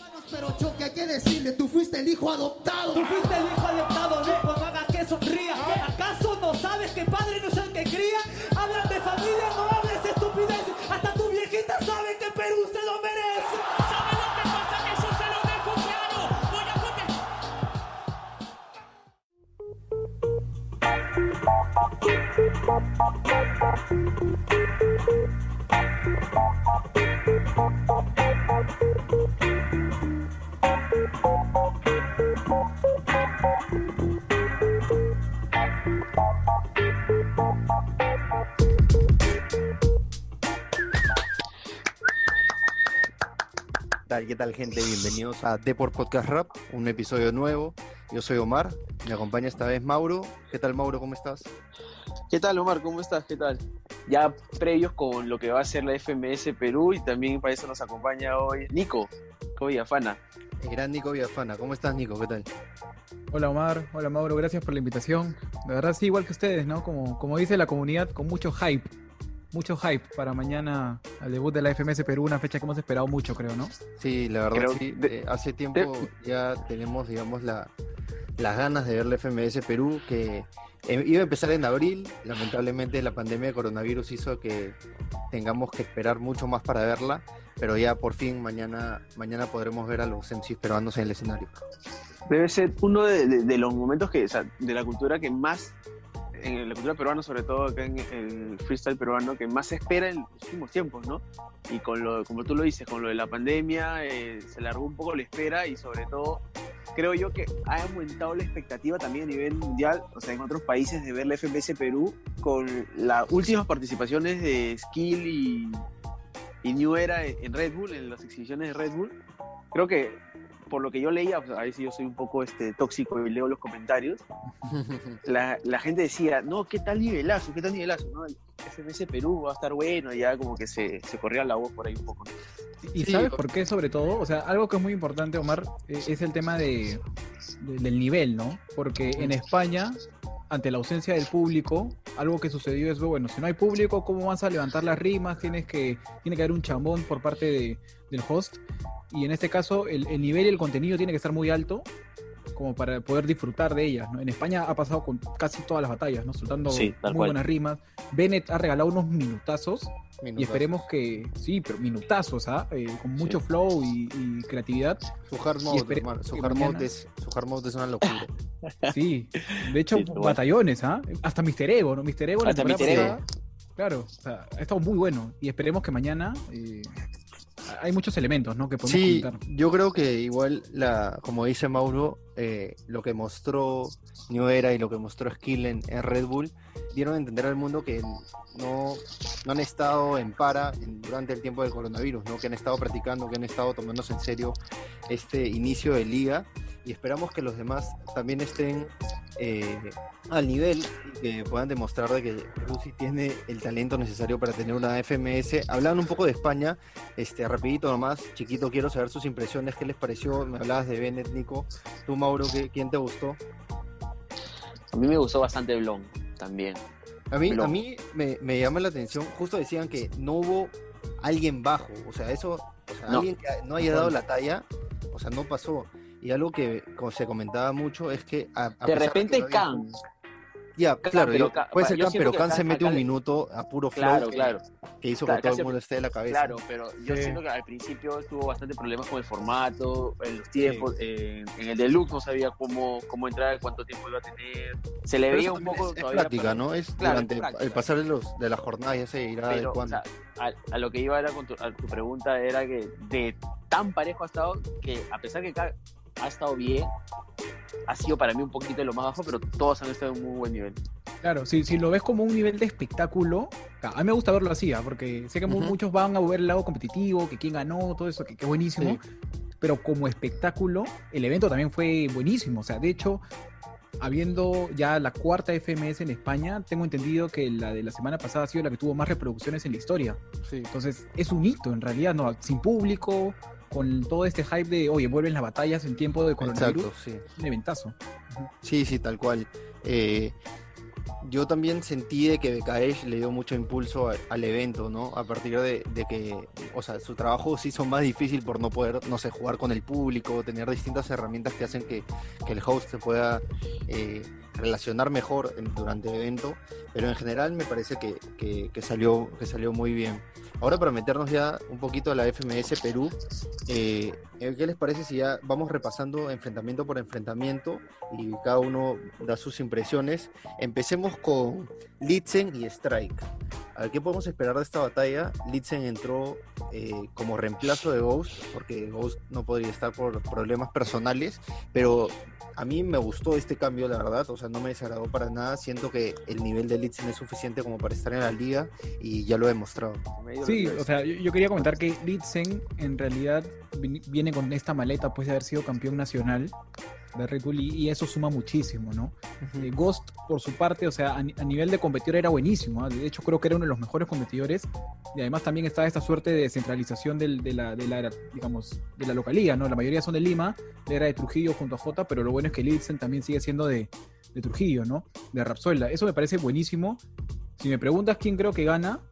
Pero choque, hay que decirle, tú fuiste el hijo adoptado. Tú fuiste el hijo adoptado, Nico, no hagas que sonría. ¿Acaso no sabes que padre no es el que cría? Hablan de familia, no hables estupideces. Hasta tu viejita sabe que Perú se lo merece. ¿Sabe lo que pasa? Que yo se lo dejo claro. Voy a contestar. ¿Qué tal, gente? Bienvenidos a Deport Podcast Rap, un episodio nuevo. Yo soy Omar, me acompaña esta vez Mauro. ¿Qué tal, Mauro? ¿Cómo estás? ¿Qué tal, Omar? ¿Cómo estás? ¿Qué tal? Ya previos con lo que va a ser la FMS Perú, y también para eso nos acompaña hoy Nico Villafana. El gran Nico Villafana. ¿Cómo estás, Nico? ¿Qué tal? Hola Omar, hola Mauro, gracias por la invitación. De verdad sí, igual que ustedes, ¿no? Como dice la comunidad, con mucho hype para mañana al debut de la FMS Perú, una fecha que hemos esperado mucho, creo, ¿no? Sí, la verdad sí. Hace tiempo ya tenemos, digamos, las ganas de ver la FMS Perú, que iba a empezar en abril. Lamentablemente la pandemia de coronavirus hizo que tengamos que esperar mucho más para verla, pero ya por fin mañana podremos ver a los MCs peruanos en el escenario. Debe ser uno de los momentos que, o sea, de la cultura que más, en la cultura peruana, sobre todo acá en el freestyle peruano, que más se espera en los últimos tiempos, ¿no? Y como tú lo dices, con lo de la pandemia, se alargó un poco la espera, y sobre todo creo yo que ha aumentado la expectativa también a nivel mundial, o sea, en otros países, de ver la FMS Perú con las últimas participaciones de Skill y New Era en Red Bull, en las exhibiciones de Red Bull. Creo que, por lo que yo leía, pues, a ver si yo soy un poco tóxico y leo los comentarios, la gente decía, no, qué tal nivelazo, ¿no? El FMS Perú va a estar bueno, ya como que se corría la voz por ahí un poco, ¿no? ¿Y Sí, sabes por qué, sobre todo? O sea, algo que es muy importante, Omar, es el tema del nivel, ¿no? Porque en España, ante la ausencia del público, algo que sucedió es, bueno, si no hay público, ¿cómo vas a levantar las rimas? Tiene que haber un chambón por parte del host, y en este caso el nivel y el contenido tiene que estar muy alto como para poder disfrutar de ellas, ¿no? En España ha pasado con casi todas las batallas, ¿no? Soltando muy buenas rimas. Bennett ha regalado unos minutazos. Y esperemos que, sí, pero minutazos, con mucho flow y creatividad. Su hard mode, hermano, su hard mode es una locura. Sí, de hecho, batallones, hasta Mr. Ego, ¿no? Mr. Ego, hasta Mr. Ego. Claro, o sea, ha estado muy bueno, y esperemos que mañana hay muchos elementos, ¿no? Que podemos comentar. Yo creo que igual, como dice Mauro, lo que mostró New Era y lo que mostró Skill en Red Bull dieron a entender al mundo que no han estado en para durante el tiempo del coronavirus, ¿no? Que han estado practicando, que han estado tomándose en serio este inicio de liga, y esperamos que los demás también estén al nivel y que puedan demostrar de que Perú sí tiene el talento necesario para tener una FMS. Hablando un poco de España, rapidito nomás, chiquito, quiero saber sus impresiones, qué les pareció. Me hablabas de Bennett, Nico. Tú, Mauro, ¿quién te gustó? A mí me gustó bastante Blon también. A mí me llama la atención, justo decían que no hubo alguien bajo, o sea, alguien que no haya dado la talla, o sea, no pasó. Y algo que se comentaba mucho es que de repente Khan. Ya, claro, puede ser Khan, pero Khan se mete un le... minuto a puro flow, claro. Que hizo que todo el mundo esté de la cabeza. Claro, pero yo siento que al principio tuvo bastante problemas con el formato, en los tiempos, en el deluxe no sabía cómo entrar, cuánto tiempo iba a tener. Se le veía un poco es todavía. Práctica, ¿no? Es durante el pasar de las jornadas, ya se irá adecuando. O sea, a lo que iba era a tu pregunta, era que de tan parejo ha estado, que a pesar que ha estado bien, ha sido para mí un poquito de lo más bajo, pero todos han estado en un muy buen nivel. Claro, si lo ves como un nivel de espectáculo, a mí me gusta verlo así, porque sé que muchos van a ver el lado competitivo, que quién ganó, todo eso, que es buenísimo, pero como espectáculo, el evento también fue buenísimo. O sea, de hecho, habiendo ya la cuarta FMS en España, tengo entendido que la de la semana pasada ha sido la que tuvo más reproducciones en la historia. Sí. Entonces, es un hito, en realidad, ¿no? Sin público, con todo este hype de, oye, vuelven las batallas en tiempo de coronavirus. Exacto, sí. Un eventazo. Sí, tal cual. yo también sentí de que Bekaesh le dio mucho impulso al evento, ¿no? A partir de que, o sea, su trabajo se hizo más difícil por no poder, no sé, jugar con el público, tener distintas herramientas que hacen que el host se pueda relacionar mejor durante el evento, pero en general me parece que salió muy bien. Ahora, para meternos ya un poquito a la FMS Perú, ¿qué les parece si ya vamos repasando enfrentamiento por enfrentamiento y cada uno da sus impresiones? Empecemos con Litzen y Strike. A ver, ¿qué podemos esperar de esta batalla? Litzen entró como reemplazo de Ghost, porque Ghost no podría estar por problemas personales, pero a mí me gustó este cambio, la verdad, o sea, no me desagradó para nada. Siento que el nivel de Litzen es suficiente como para estar en la liga y ya lo he demostrado. Sí, o sea, yo quería comentar que Litzen en realidad viene con esta maleta pues de haber sido campeón nacional de Red Bull y eso suma muchísimo, ¿no? Uh-huh. Ghost, por su parte, o sea, a nivel de competidor era buenísimo, ¿eh? De hecho creo que era uno de los mejores competidores y además también está esta suerte de descentralización de la digamos, de la localía, ¿no? La mayoría son de Lima, era de Trujillo junto a Jota, pero lo bueno es que Litzen también sigue siendo de Trujillo, ¿no? De Rapzuela. Eso me parece buenísimo. Si me preguntas quién creo que gana,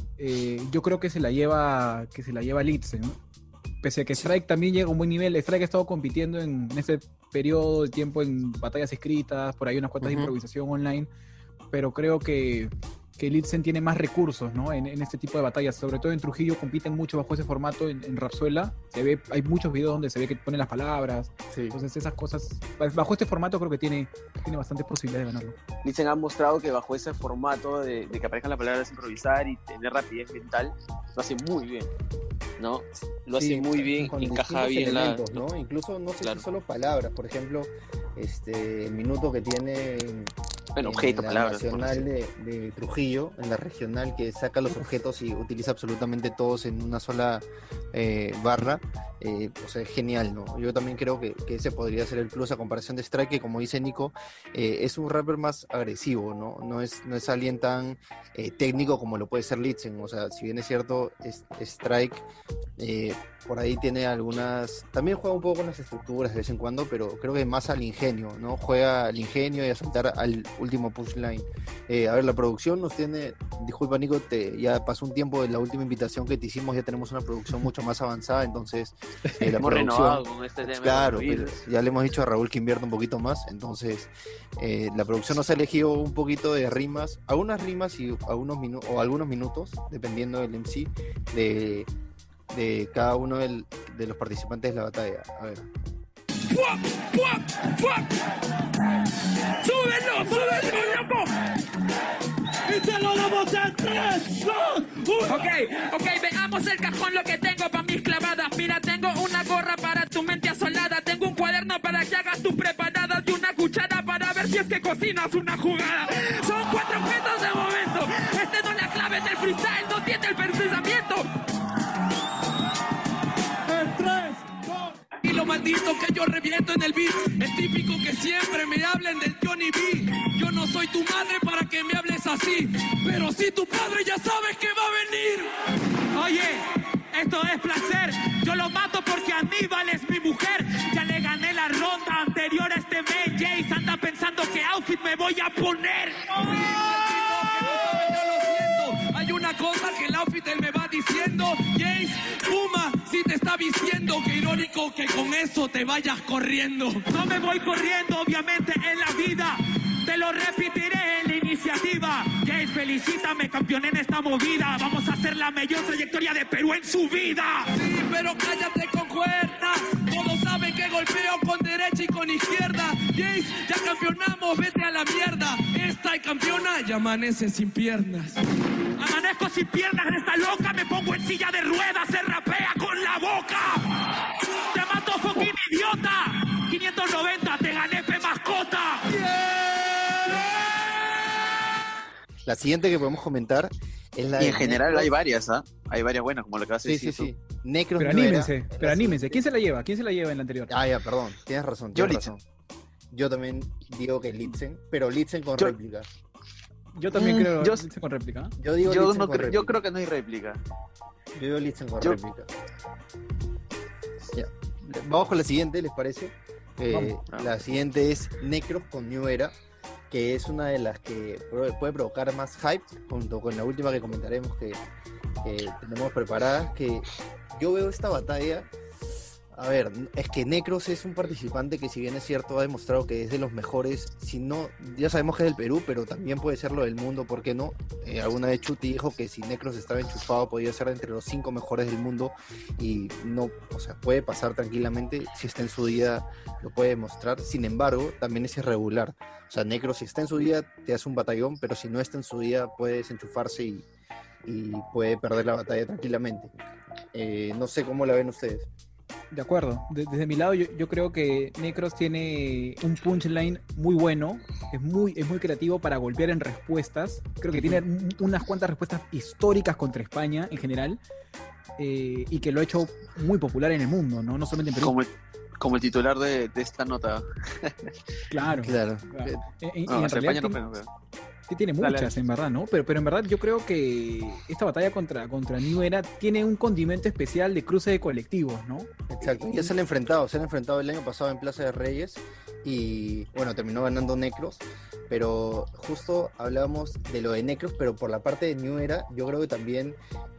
yo creo que se la lleva Litzen, ¿no? Pese a que Strike también llega a un buen nivel. Strike ha estado compitiendo en este periodo de tiempo en batallas escritas, por ahí unas cuantas de improvisación online, pero creo que Litzen tiene más recursos, ¿no? En este tipo de batallas, sobre todo en Trujillo compiten mucho bajo ese formato. En Rapzuela hay muchos videos donde se ve que ponen las palabras, sí. Entonces esas cosas, bajo este formato creo que tiene bastantes posibilidades de ganarlo. Litzen ha mostrado que bajo ese formato de que aparezcan las palabras, improvisar y tener rapidez mental, lo hace muy bien, ¿no? Lo hace muy bien, encaja bien elementos, ¿no? Incluso no sé si solo palabras, por ejemplo, el minuto que tiene en objeto, la palabras, nacional de Trujillo, en la regional, que saca los objetos y utiliza absolutamente todos en una sola barra, o sea, es genial, ¿no? Yo también creo que ese podría ser el plus a comparación de Strike, que como dice Nico, es un rapper más agresivo, ¿no? No es alguien tan técnico como lo puede ser Litzen. O sea, si bien es cierto, Strike por ahí tiene algunas, también juega un poco con las estructuras de vez en cuando, pero creo que más al ingenio, ¿no? Juega al ingenio y a saltar al último punchline. A ver, la producción nos tiene, disculpa Nico, ya pasó un tiempo de la última invitación que te hicimos, ya tenemos una producción mucho más avanzada, entonces la producción, con este tema, claro, pero ya le hemos dicho a Raúl que invierta un poquito más, entonces la producción nos ha elegido un poquito de rimas, algunas rimas y algunos minutos, dependiendo del MC, de cada uno de los participantes de la batalla. A ver. ¡Súbelo, loco! ¡Y te lo damos en 3, 2, 1! Ok, veamos el cajón, lo que tengo para mis clavadas. Mira, tengo una gorra para tu mente asolada. Tengo un cuaderno para que hagas tus preparadas y una cuchara para ver si es que cocinas una jugada. Son 4 objetos de momento. Este no es la clave del freestyle, no tiene el procesamiento. En 3, 2... Y lo maldito que yo reviento en el beat. Es típico que siempre me hablen del Johnny B. Yo no soy tu madre para que me hables así, pero si tu padre ya sabes que va a venir. Oye, esto es placer. Yo lo mato porque Aníbal es mi mujer. Ya le gané la ronda anterior a este men. Jace anda pensando qué outfit me voy a poner. Hay una cosa que el outfit él me va diciendo. Jace, Puma, si te está vistiendo. Qué irónico que con eso te vayas corriendo. No me voy corriendo, obviamente, en la vida. Te lo repetiré en la iniciativa. Jace, felicítame, campeón en esta movida. Vamos a hacer la mayor trayectoria de Perú en su vida. Sí, pero cállate con cuerda. Todos saben que golpeo con derecha y con izquierda. Jace, ya campeonamos, vete a la mierda. Esta y campeona y amanece sin piernas. Amanezco sin piernas en esta loca. Me pongo en silla de ruedas, se rapea con la boca. Te mato, fucking idiota. 590, te gané, pe mascota. La siguiente que podemos comentar es la y en general Necros. Hay varias, ¿ah? Hay varias buenas, como lo que vas a decir. Sí. Necros pero anímense. ¿Quién se la lleva? ¿Quién se la lleva en la anterior? Ah, ya, perdón. Tienes razón. Yo también digo que Litzen, pero Litzen con réplica. Yo también creo Litzen con réplica. Yo creo que no hay réplica. Yo digo Litzen con réplica. Ya. Vamos con la siguiente, ¿les parece? La siguiente es Necros con New Era, que es una de las que puede provocar más hype, junto con la última que comentaremos que tenemos preparada, que yo veo esta batalla. A ver, es que Necros es un participante que, si bien es cierto, ha demostrado que es de los mejores. Si no, ya sabemos que es del Perú, pero también puede serlo del mundo, ¿por qué no? Alguna vez Chuti dijo que si Necros estaba enchufado podía ser entre los 5 mejores del mundo, y no, o sea, puede pasar tranquilamente. Si está en su día lo puede demostrar. Sin embargo, también es irregular. O sea, Necros, si está en su día te hace un batallón, pero si no está en su día puede desenchufarse y puede perder la batalla tranquilamente. No sé cómo la ven ustedes. De acuerdo. Desde mi lado, yo creo que Necros tiene un punchline muy bueno. Es muy creativo para golpear en respuestas. Creo que tiene unas cuantas respuestas históricas contra España en general. Y que lo ha hecho muy popular en el mundo, ¿no? No solamente en Perú. Como el titular de esta nota. Claro. En España realidad no, sí tiene muchas, dale. en verdad, ¿no? Pero en verdad yo creo que esta batalla contra New Era tiene un condimento especial de cruce de colectivos, ¿no? Exacto, ya se han enfrentado el año pasado en Plaza de Reyes y bueno, terminó ganando Necros, pero justo hablábamos de lo de Necros, pero por la parte de New Era, yo creo que también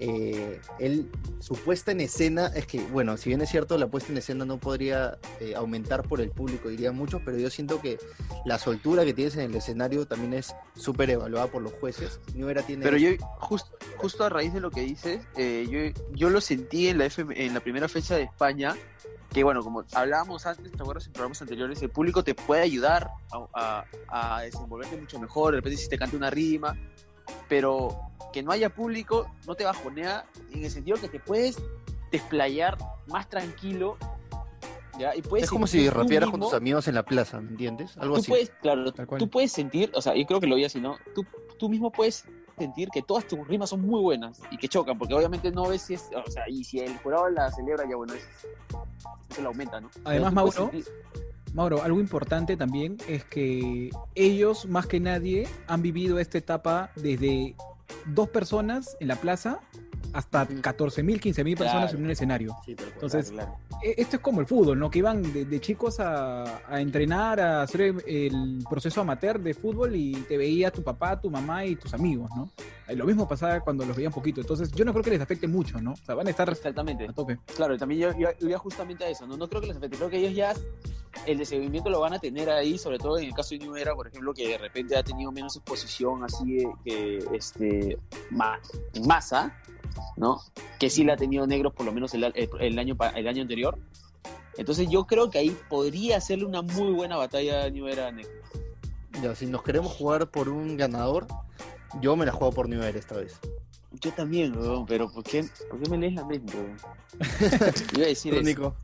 su puesta en escena, es que bueno, si bien es cierto, la puesta en escena no podría aumentar por el público, dirían muchos, pero yo siento que la soltura que tienes en el escenario también es súper evaluada por los jueces. New Era tiene... Pero yo, justo a raíz de lo que dices, yo lo sentí en la primera fecha de España, que bueno, como hablábamos antes, ¿te acuerdas en programas anteriores? El público te puede ayudar a desenvolverte mucho mejor, de repente si te canta una rima, pero que no haya público no te bajonea, en el sentido que te puedes desplayar más tranquilo, ¿ya? Y puedes, es como si rapearas con mismo, tus amigos en la plaza, ¿me entiendes? Algo así. Tú puedes sentir, o sea, yo creo que lo vi así, ¿no? Tú mismo puedes sentir que todas tus rimas son muy buenas y que chocan, porque obviamente no ves si es, o sea, y si el jurado la celebra, ya bueno, eso lo aumenta, ¿no? Además, Mauro, algo importante también es que ellos, más que nadie, han vivido esta etapa desde 2 personas en la plaza hasta 14.000, 15.000 personas en un escenario. Sí, entonces, claro. Esto es como el fútbol, ¿no? Que iban de chicos a entrenar, a hacer el proceso amateur de fútbol y te veía tu papá, tu mamá y tus amigos, ¿no? Lo mismo pasaba cuando los veían poquito. Entonces, yo no creo que les afecte mucho, ¿no? O sea, van a estar exactamente a tope. Claro, también yo iba justamente a eso, ¿no? No creo que les afecte. Creo que ellos ya el desenvolvimiento lo van a tener ahí, sobre todo en el caso de New Era, por ejemplo, que de repente ha tenido menos exposición así en masa, ¿no? Que sí la ha tenido Negros por lo menos el año anterior. Entonces yo creo que ahí podría hacerle una muy buena batalla a New Era Negros. Ya, si nos queremos jugar por un ganador, yo me la juego por New Era esta vez. Yo también, weón, pero ¿por qué me lees la mente, weón? Iba a decir Nico.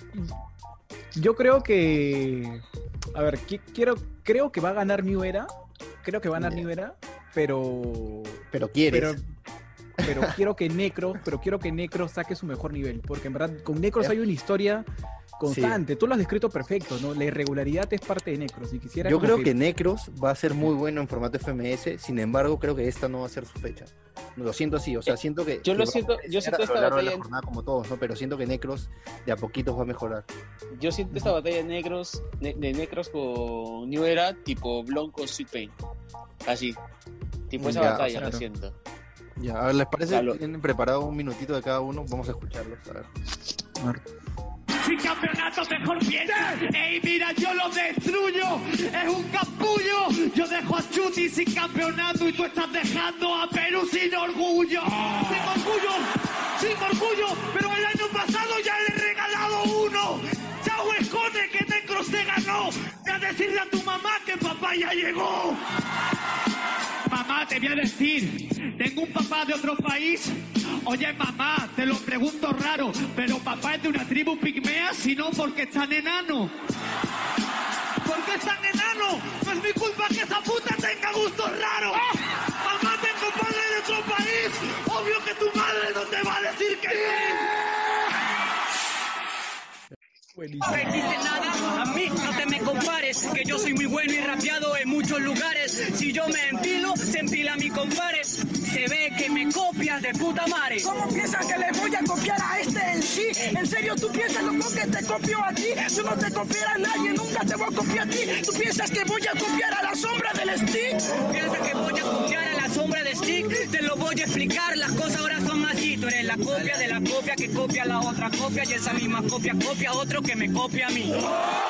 Yo creo que... A ver, creo que va a ganar New Era. Creo que va a ganar New Era, pero quieres. Pero quiero que Necros saque su mejor nivel, porque en verdad con Necros hay una historia constante. Sí. Tú lo has descrito perfecto, ¿no? La irregularidad es parte de Necros. Y quisiera yo creo que Necros va a ser muy bueno en formato FMS, sin embargo creo que esta no va a ser su fecha. Lo siento así, o sea, siento que... Yo siento esta batalla... La jornada como todos, ¿no? Pero siento que Necros de a poquitos va a mejorar. Yo siento esta batalla de Necros con New Era, tipo Blonde con Sweet Pain. Así. Tipo esa batalla, claro. Lo siento. Ya, a ver, ¿les parece que tienen preparado un minutito de cada uno? Vamos a escucharlos, a ver. Sin campeonato mejor piensa. Ey, mira, yo lo destruyo. Es un capullo. Yo dejo a Chuti sin campeonato y tú estás dejando a Perú sin orgullo. Sin orgullo. Pero el año pasado ya le he regalado uno. Chao, escone, que Necros te ganó. Ve a decirle a tu mamá que papá ya llegó. Mamá, te voy a decir, tengo un papá de otro país. Oye, mamá, te lo pregunto raro, pero papá es de una tribu pigmea, sino porque es tan enano. ¿Por qué es tan enano? No es mi culpa que esa puta tenga gustos raros. Mamá, tengo padre de otro país. Obvio que tu madre no te va a decir que Buenísimo. No existe nada, a mí no te me compares, que yo soy muy bueno y rapeado en muchos lugares. Si yo me empilo, se empila mi compadre. Se ve que me copias de puta madre. ¿Cómo piensas que le voy a copiar a este en sí? ¿En serio tú piensas loco que te copio a ti? Yo no te copiaré a nadie, nunca te voy a copiar a ti. ¿Tú piensas que voy a copiar a la sombra del stick? ¿Piensas que voy a copiar a la sombra de Stick? Te lo voy a explicar, las cosas ahora son así. Tú eres la copia de la copia que copia la otra copia y esa misma copia copia a otro que me copia a mí.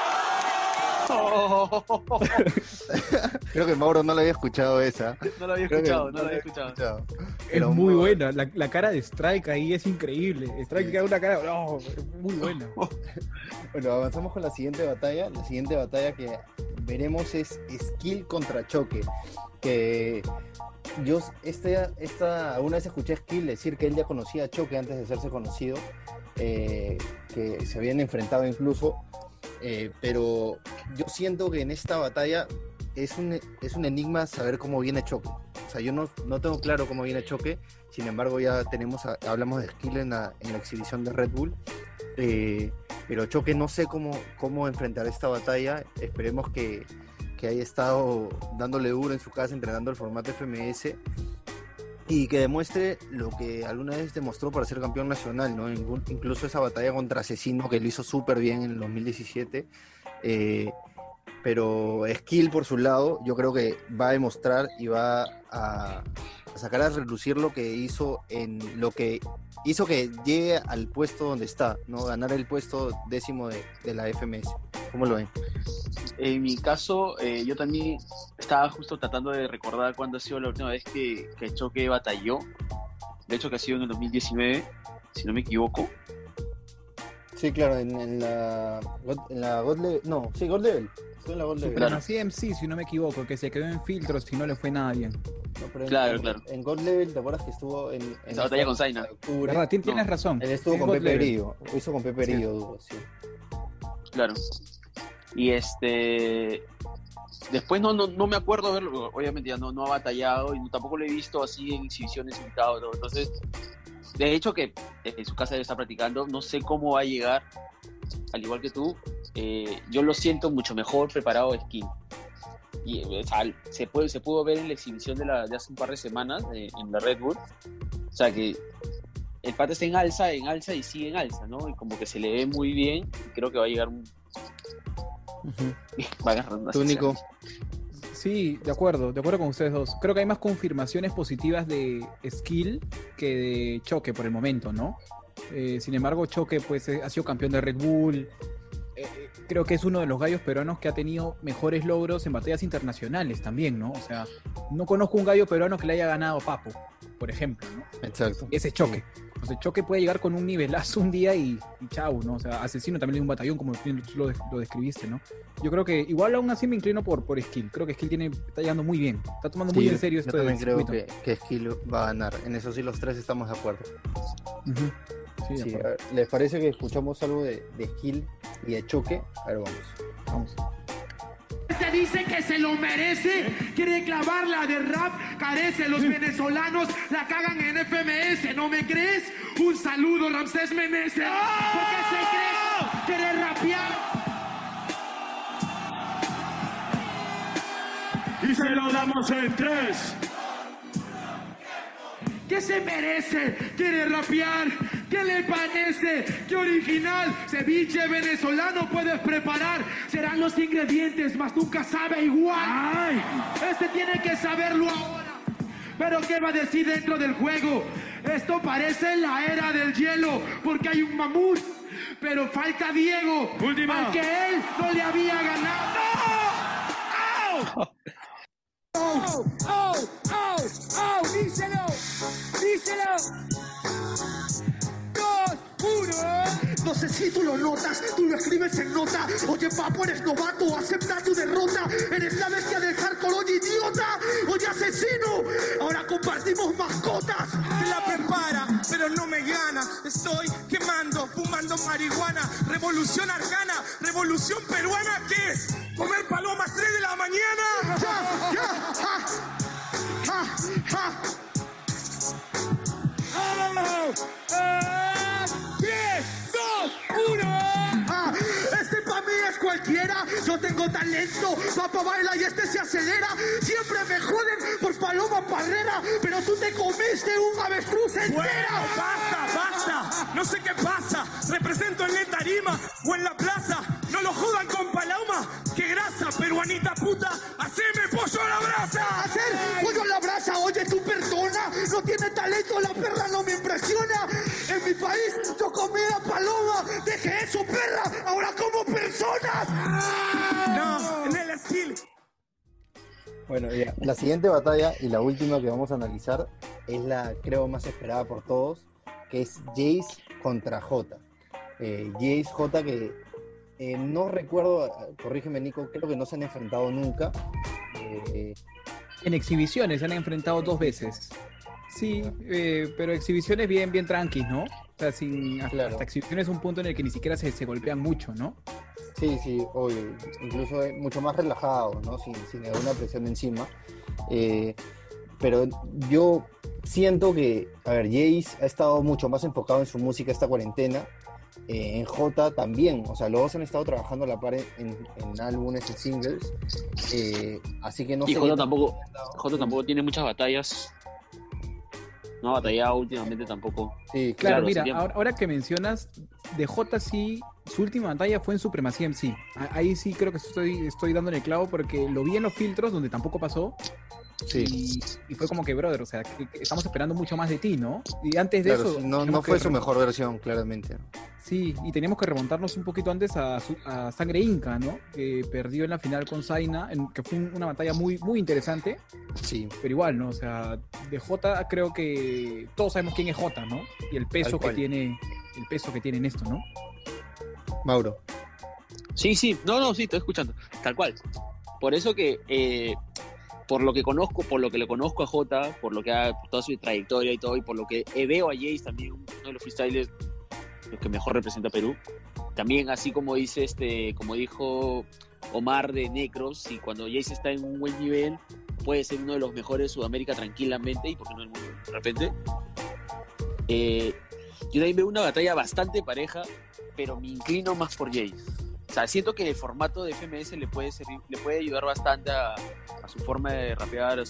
Creo que Mauro no lo había escuchado esa. No lo había Creo que escuchado, no lo había escuchado. Es Pero muy buena, la cara de Strike ahí es increíble. Strike queda una cara, no, muy buena. Bueno, avanzamos con la siguiente batalla. La siguiente batalla que veremos es Skill contra Choque. Que yo alguna vez escuché a Skill decir que él ya conocía a Choque antes de hacerse conocido, que se habían enfrentado incluso, pero yo siento que en esta batalla es un enigma saber cómo viene Choque. O sea, yo no tengo claro cómo viene Choque, sin embargo ya hablamos de Skill en la exhibición de Red Bull, pero Choque no sé cómo enfrentar esta batalla. Esperemos que haya estado dándole duro en su casa entrenando el formato FMS y que demuestre lo que alguna vez demostró para ser campeón nacional, ¿no? Incluso esa batalla contra Asesino, que lo hizo súper bien en el 2017, pero Skill por su lado yo creo que va a demostrar y va a sacar a relucir lo que hizo que llegue al puesto donde está, ¿no? Ganar el puesto 10º de la FMS. ¿Cómo lo ven? En mi caso, yo también estaba justo tratando de recordar cuándo ha sido la última vez que Choque batalló. De hecho, que ha sido en el 2019, si no me equivoco. Sí, claro, en la God Level. No, sí, God Level. Estuvo en la God Level. Supremacía MC, si no me equivoco, que se quedó en filtros y no le fue nada bien. No, pero Claro. En God Level, ¿te acuerdas que estuvo en Esa batalla con Zaina? octubre? ¿Verdad? Tienes razón. Él estuvo Es con God Pepe Level. Grillo. Lo hizo con Pepe Sí. Grillo, duro, sí. Claro. Y después no me acuerdo verlo, obviamente ya no ha batallado y tampoco lo he visto así en exhibiciones invitados, ¿no? Entonces, de hecho que en su casa debe estar practicando, no sé cómo va a llegar, al igual que tú, yo lo siento mucho mejor preparado Skill. Y o sea, se pudo ver en la exhibición de hace un par de semanas en la Red Bull, o sea que el pata está en alza y sigue en alza, ¿no? Y como que se le ve muy bien, y creo que va a llegar va agarrando ¿Tú, Nico? Sí, de acuerdo con ustedes dos. Creo que hay más confirmaciones positivas de Skill que de Choque por el momento, ¿no? Sin embargo, Choque pues ha sido campeón de Red Bull. Creo que es uno de los gallos peruanos que ha tenido mejores logros en batallas internacionales también, ¿no? O sea, no conozco un gallo peruano que le haya ganado a Papo, por ejemplo, ¿no? Exacto. Ese Choque. O sea, Choque puede llegar con un nivelazo un día y chau, ¿no? O sea, Asesino también es un batallón, como tú lo describiste, ¿no? Yo creo que igual aún así me inclino por Skill. Creo que Skill está llegando muy bien. Está tomando muy en serio yo esto también del creo circuito. que Skill va a ganar. En eso sí los tres estamos de acuerdo. Ujú. Sí, de Sí, acuerdo. a ver, ¿les parece que escuchamos algo de Skill y de Choque? A ver, vamos. Se dice que se lo merece, quiere clavarla de rap, carece. Los venezolanos la cagan en FMS, ¿no me crees? Un saludo, Ramsés Meneses, porque se cree, quiere rapear. Y se lo damos en 3. ¿Qué se merece? ¿Quiere rapear? ¿Qué le parece? ¿Qué original? Ceviche venezolano puedes preparar. Serán los ingredientes, mas nunca sabe igual. ¡Ay! Este tiene que saberlo ahora. Pero ¿qué va a decir dentro del juego? Esto parece la era del hielo, porque hay un mamut, pero falta Diego. Última. Al que él no le había ganado. ¡No! ¡Oh! ¡Oh! ¡Oh! ¡Oh! ¡Díselo! ¡Díselo! 2, 1. No sé si tú lo notas, tú lo escribes en nota. Oye, papo, eres novato, acepta tu derrota. Eres la bestia del hardcore, oye, idiota. Oye, asesino, ahora compartimos mascotas. Se la prepara, pero no me gana. Estoy quemando, fumando marihuana. Revolución arcana, revolución peruana. ¿Qué es? ¿Comer palomas 3 de la mañana? ¡Ya! ¡Ya! ¡Ja! ¡Ja! ¡Ja! 10, 2, 1. cualquiera. Yo tengo talento, papá baila y este se acelera. Siempre me joden por Paloma Parrera, pero tú te comiste un avestruz entera. Bueno, basta. No sé qué pasa. Represento en la tarima o en la plaza. No lo jodan con Paloma. ¡Qué grasa, peruanita puta! ¡Haceme pollo a la brasa! Hacer pollo a la brasa, oye, tu persona no tiene talento, la perra no me impresiona. En mi país yo comía paloma, dejé eso, perra, ahora como personas. No, en el skill. Bueno, ya, la siguiente batalla y la última que vamos a analizar es la, creo, más esperada por todos, que es Jace contra Jota. Jace, Jota, que no recuerdo, corrígeme Nico, creo que no se han enfrentado nunca. En exhibiciones se han enfrentado 2 veces. Sí, pero exhibiciones bien tranquis, ¿no? O sea, hasta exhibiciones es un punto en el que ni siquiera se golpean mucho, ¿no? Sí, obvio, incluso es mucho más relajado, ¿no? Sin ninguna presión encima. Pero yo siento que, a ver, Jace ha estado mucho más enfocado en su música esta cuarentena. En Jota también, o sea, los dos han estado trabajando a la par en álbumes, en singles. Así que no sé. Y Jota tampoco tiene muchas batallas. No ha batallado últimamente tampoco. Sí, claro, mira, ahora que mencionas, de Jota sí, su última batalla fue en Supremacía MC. Ahí sí creo que estoy dando en el clavo porque lo vi en los filtros donde tampoco pasó. Sí. Y fue como que, brother, o sea, que estamos esperando mucho más de ti, ¿no? Y antes de eso... No fue su mejor versión, claramente. Sí, y teníamos que remontarnos un poquito antes a Sangre Inca, ¿no? Que perdió en la final con Zaina, que fue una batalla muy interesante. Sí. Pero igual, ¿no? O sea, de Jota creo que todos sabemos quién es Jota, ¿no? Y el peso que tiene en esto, ¿no? Mauro. Sí, sí, estoy escuchando, tal cual. Por eso que... por lo que le conozco a Jota, por toda su trayectoria y todo, y por lo que veo a Jace también, uno de los freestylers los que mejor representa a Perú. También, así como como dijo Omar de Necros, y cuando Jace está en un buen nivel, puede ser uno de los mejores de Sudamérica tranquilamente, y por qué no el mundo, de repente. Yo también veo una batalla bastante pareja, pero me inclino más por Jace. O sea, siento que el formato de FMS le puede ayudar bastante a su forma de rapear,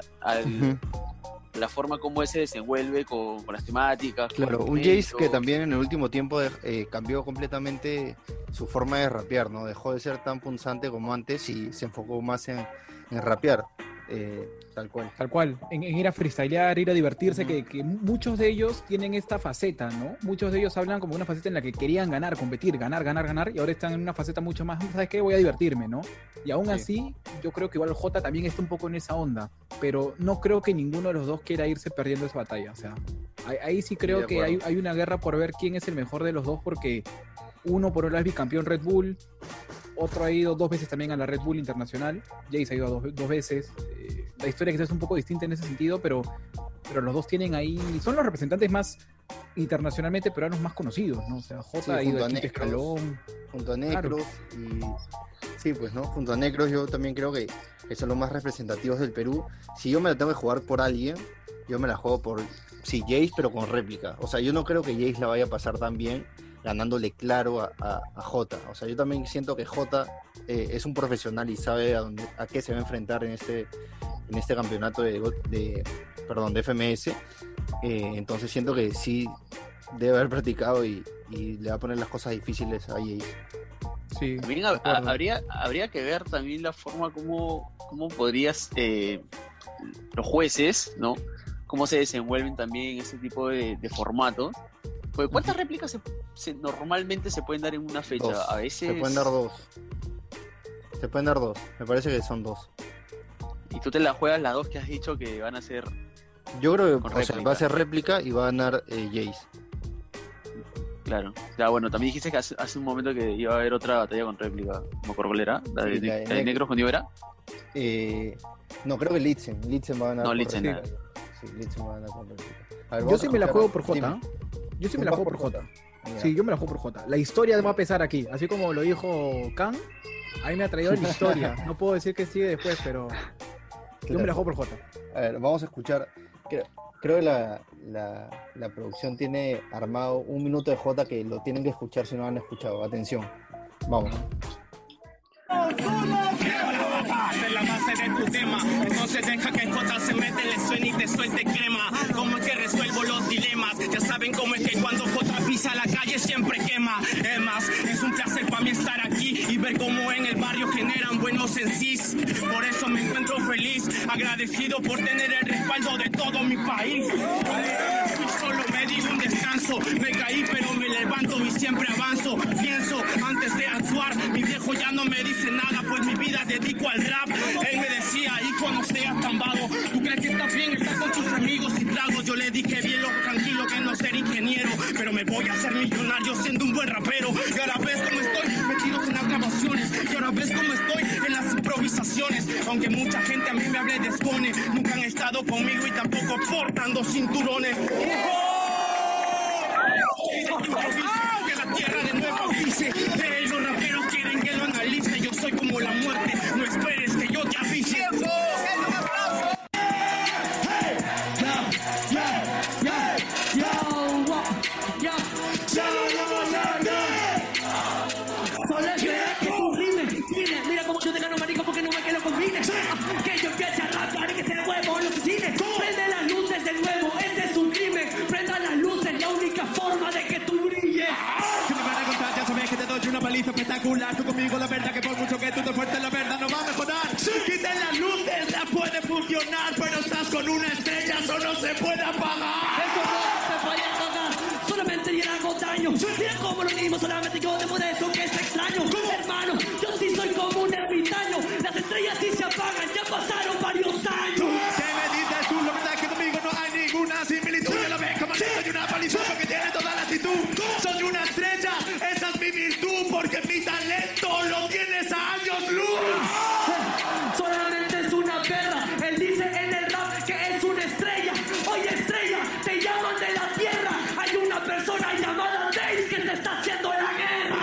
la forma como él se desenvuelve con las temáticas. Claro, un Jace que también en el último tiempo cambió completamente su forma de rapear, ¿no? Dejó de ser tan punzante como antes y se enfocó más en rapear. Tal cual. En ir a freestylear, ir a divertirse, que muchos de ellos tienen esta faceta, ¿no? Muchos de ellos hablan como una faceta en la que querían ganar, competir, ganar, y ahora están en una faceta mucho más, ¿sabes qué? Voy a divertirme, ¿no? Y aún así, yo creo que igual Jota también está un poco en esa onda, pero no creo que ninguno de los dos quiera irse perdiendo esa batalla, o sea, ahí sí creo que hay una guerra por ver quién es el mejor de los dos, porque uno por un lado es bicampeón Red Bull, otro ha ido 2 veces también a la Red Bull Internacional, Jace ha ido 2 veces, la historia quizás es un poco distinta en ese sentido, pero los dos tienen ahí, son los representantes más internacionalmente peruanos más conocidos, ¿no? O sea, Jota ha ido a Quinto Escalón. Junto a Necros, y sí, pues, ¿no? Junto a Necros yo también creo que son los más representativos del Perú. Si yo me la tengo que jugar por alguien, yo me la juego por, sí, Jace, pero con réplica. O sea, yo no creo que Jace la vaya a pasar tan bien ganándole claro a Jota. O sea, yo también siento que Jota es un profesional y sabe a qué se va a enfrentar en este campeonato de FMS. Entonces siento que sí debe haber practicado y le va a poner las cosas difíciles a Jace. Sí. También habría que ver también la forma como podrías los jueces, ¿no? Cómo se desenvuelven también en ese tipo de formatos. Porque ¿cuántas réplicas normalmente se pueden dar en una fecha? 2. A veces... Se pueden dar 2. Me parece que son 2. Y tú te la juegas las 2 que has dicho que van a ser... Yo creo que va a ser réplica y va a ganar Jace. Claro. Ya, bueno, también dijiste que hace un momento que iba a haber otra batalla con réplica. ¿No me acuerdo cuál era? ¿La de Negros con Ibera? No, creo que Litzen va a ganar. No, Litzen nada. Sí, Litzen va a ganar con réplica. Yo sí me la juego por Jota. Yo sí me la juego por Jota. Sí, yo me la juego por Jota. La historia va a pesar aquí. Así como lo dijo Khan, a mí me ha traído la historia. No puedo decir que sigue después, pero yo me la juego por Jota. A ver, vamos a escuchar. Creo que la producción tiene armado 1 minuto de Jota que lo tienen que escuchar si no lo han escuchado. Atención. Vamos. Quiero la bata, ser la base de tu tema. Entonces deja que J se mete, le suene y te suelte crema. ¿Cómo es que resuelvo los dilemas? Ya saben cómo es que cuando J pisa la calle siempre quema. Es más, es un placer para mí estar aquí y ver cómo en el barrio generan buenos MCs. Por eso me encuentro feliz, agradecido por tener el respaldo de todo mi país. Solo me digo un descanso, me caí pero me levanto y siempre avanzo. Pienso antes de actuar, mi viejo ya no me dice nada, pues mi vida dedico al rap. Él me decía, hijo, no seas tan vago, tú crees que estás bien, estás con tus amigos y tragos. Yo le dije bien, tranquilo que no ser ingeniero, pero me voy a hacer millonario siendo un buen rapero. Y ahora ves cómo estoy metido en las grabaciones, y ahora ves cómo estoy en las improvisaciones. Aunque mucha gente a mí me hable de escone, nunca han estado conmigo y tampoco portando cinturones. Que la tierra de nuevo avise. Los raperos quieren que lo analice. Yo soy como la muerte, no esperes que yo te avise. Mira cómo yo te gano, marico, porque no me que lo combine. Que yo empiece a rapear y que te huevo lo que cine. Prende las luces de nuevo, este es un crimen. Prenda las luces, la única forma de que tú brilles. Que me van a contar, ya sabes que te doy una paliza espectacular. Tú conmigo la verdad que por mucho que tú te fuertes la verdad no va a mejorar. Quiten las luces, la puede funcionar, pero estás con una estrella, eso no se puede apagar. Eso no se puede apagar, solamente llena hago daño. Mira cómo lo mismo, solamente yo debo de eso que es extraño. Hermano, yo sí soy como un ermitaño. Las estrellas sí se apagan, ya pasaron varios años. ¿Qué me dices tú? La verdad es que conmigo no hay ninguna similitud. Yo la veo como soy una paliza que tiene toda la actitud. Soy una estrella, esa es mi virtud, porque mi talento lo tienes a años luz. Solamente es una perra. Él dice en el rap que es una estrella. Oye, estrella, te llaman de la tierra. Hay una persona llamada Dave que te está haciendo la guerra.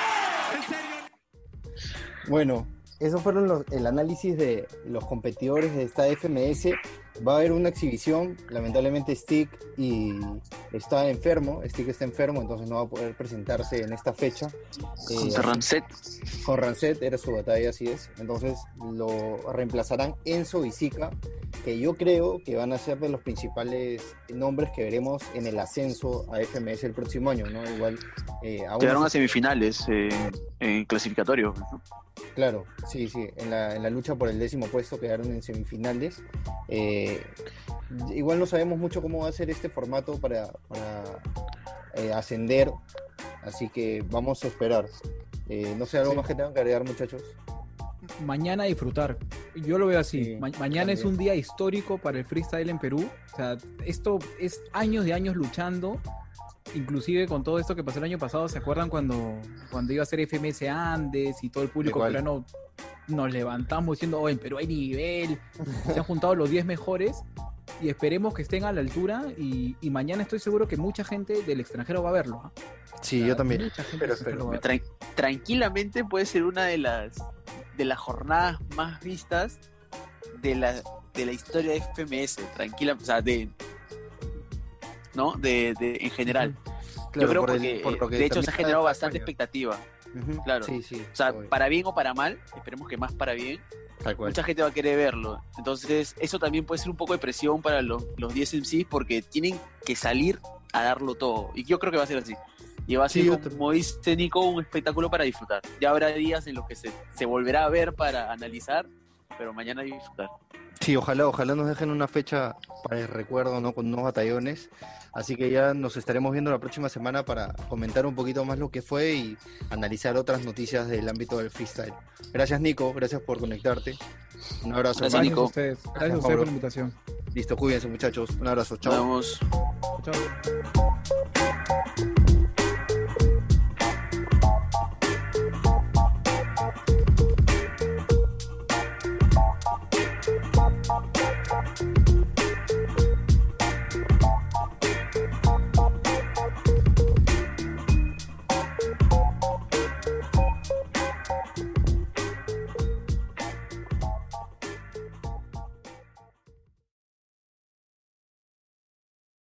Bueno, esos fueron el análisis de los competidores de esta FMS. Va a haber una exhibición, lamentablemente Stick está enfermo, entonces no va a poder presentarse en esta fecha. Contra Rancet. Con Rancet era su batalla, así es. Entonces lo reemplazarán Enzo y Zika, que yo creo que van a ser de los principales nombres que veremos en el ascenso a FMS el próximo año, ¿no? Igual quedaron a semifinales en clasificatorio, ¿no? Claro, sí, en la lucha por el 10º puesto quedaron en semifinales. Igual no sabemos mucho cómo va a ser este formato para ascender, así que vamos a esperar. No sé, algo más que tengan que agregar, muchachos. Mañana disfrutar. Yo lo veo así. Sí, Mañana es un día histórico para el freestyle en Perú. O sea, esto es años de años luchando. Inclusive con todo esto que pasó el año pasado, ¿se acuerdan cuando iba a ser FMS Andes y todo el público peruano nos levantamos diciendo, oh, en Perú hay nivel? Se han juntado los 10 mejores y esperemos que estén a la altura y mañana estoy seguro que mucha gente del extranjero va a verlo, ¿eh? Sí, yo también. Pero tranquilamente puede ser una de las jornadas más vistas de la historia de FMS, tranquila, o sea, ¿no? en general. Claro, yo creo porque de hecho se ha generado bastante expectativa. Claro. Sí. O sea, para bien o para mal, esperemos que más para bien. Tal cual. Mucha gente va a querer verlo. Entonces, eso también puede ser un poco de presión para los 10 MCs porque tienen que salir a darlo todo. Y yo creo que va a ser así. Y va a ser, como dice Nico, un espectáculo para disfrutar. Ya habrá días en los que se volverá a ver para analizar, pero mañana hay que disfrutar. Sí, ojalá nos dejen una fecha para el recuerdo, ¿no? Con unos batallones. Así que ya nos estaremos viendo la próxima semana para comentar un poquito más lo que fue y analizar otras noticias del ámbito del freestyle. Gracias, Nico. Gracias por conectarte. Un abrazo. Gracias, Nico. Gracias a ustedes por la invitación. Listo, cuídense, muchachos. Un abrazo. Chao. Nos vemos. Chao.